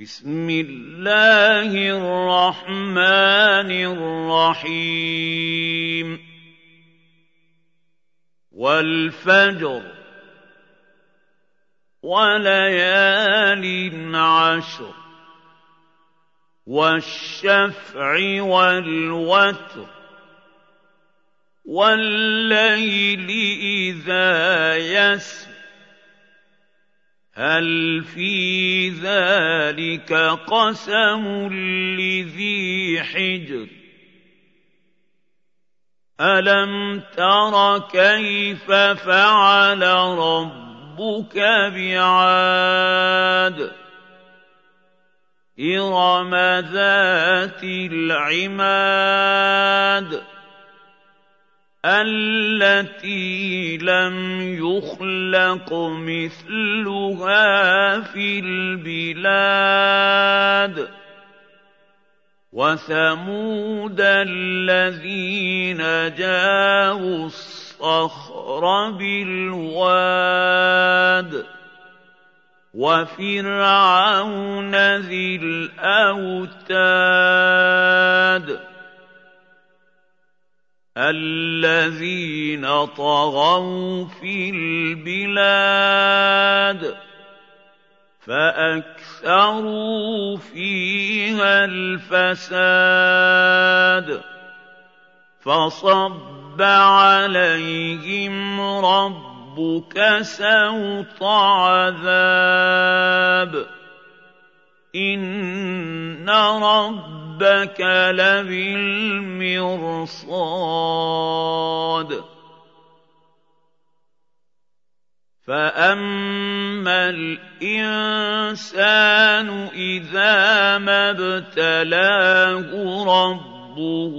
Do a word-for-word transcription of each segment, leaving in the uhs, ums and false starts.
بسم الله الرحمن الرحيم والفجر وليال عشر والشفع والوتر والليل إذا يسر هل في ذلك قسم لذي حجر ألم تر كيف فعل ربك بعاد إرم ذات العماد التي لم يخلق مثلها في البلاد وثمود الذين جابوا الصخر بالواد وفرعون ذي الأوتاد الذين طغوا في البلاد فأكثروا فيها الفساد فصب عليهم ربك سوط عذاب إن ربك لبالمرصاد فأما الإنسان إذا ما ابتلاه ربه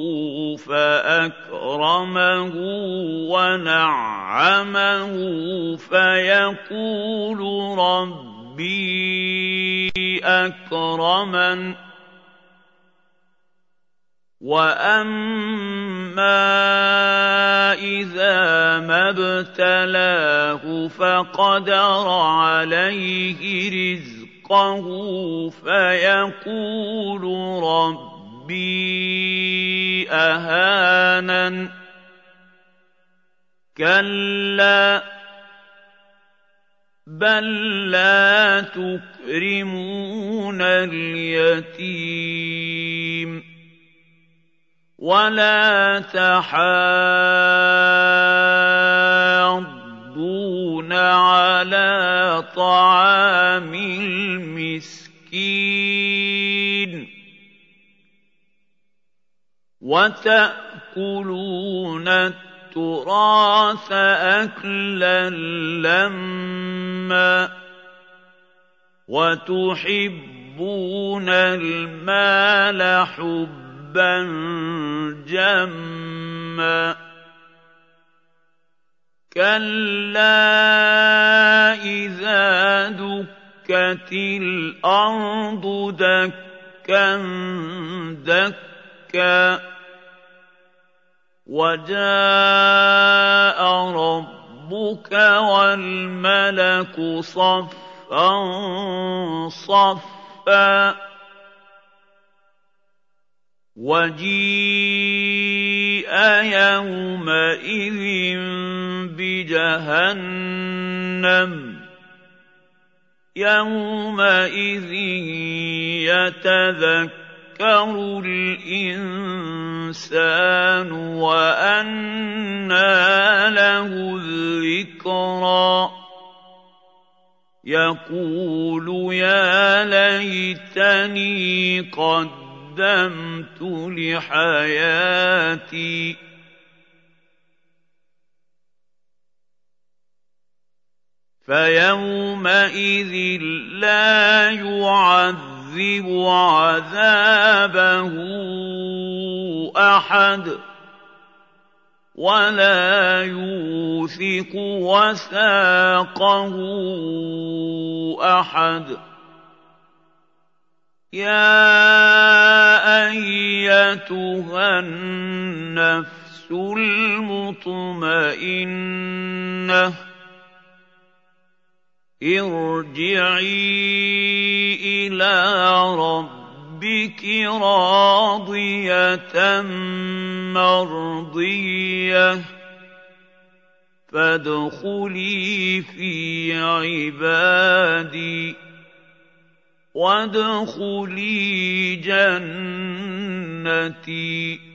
فأكرمه ونعمه فيقول ربي أكرمن وأما إذا ما ابتلاه فقدر عليه رزقه فيقول ربي أهانن كلا بل لا تكرمون اليتيم ولا تحاضون على طعام المسكين وتأكلون التراث أكلا لما وتحبون المال حبا جما كلا إذا دكت الأرض دكا دكا وجاء ربك والملك صفا صفا وجيء يومئذ بجهنم يومئذ يتذكر الإنسان وأنى له الذكرى يقول يا ليتني قد قدمت لحياتي فيومئذ لا يعذب عذابه أحد ولا يوثق وثاقه أحد يا أيتها النفس المطمئنة ارجعي إِلَىٰ رَبِّكِ رَاضِيَةً مَّرْضِيَّةً فَادْخُلِي فِي عِبَادِي وَادْخُلِي جَنَّتِي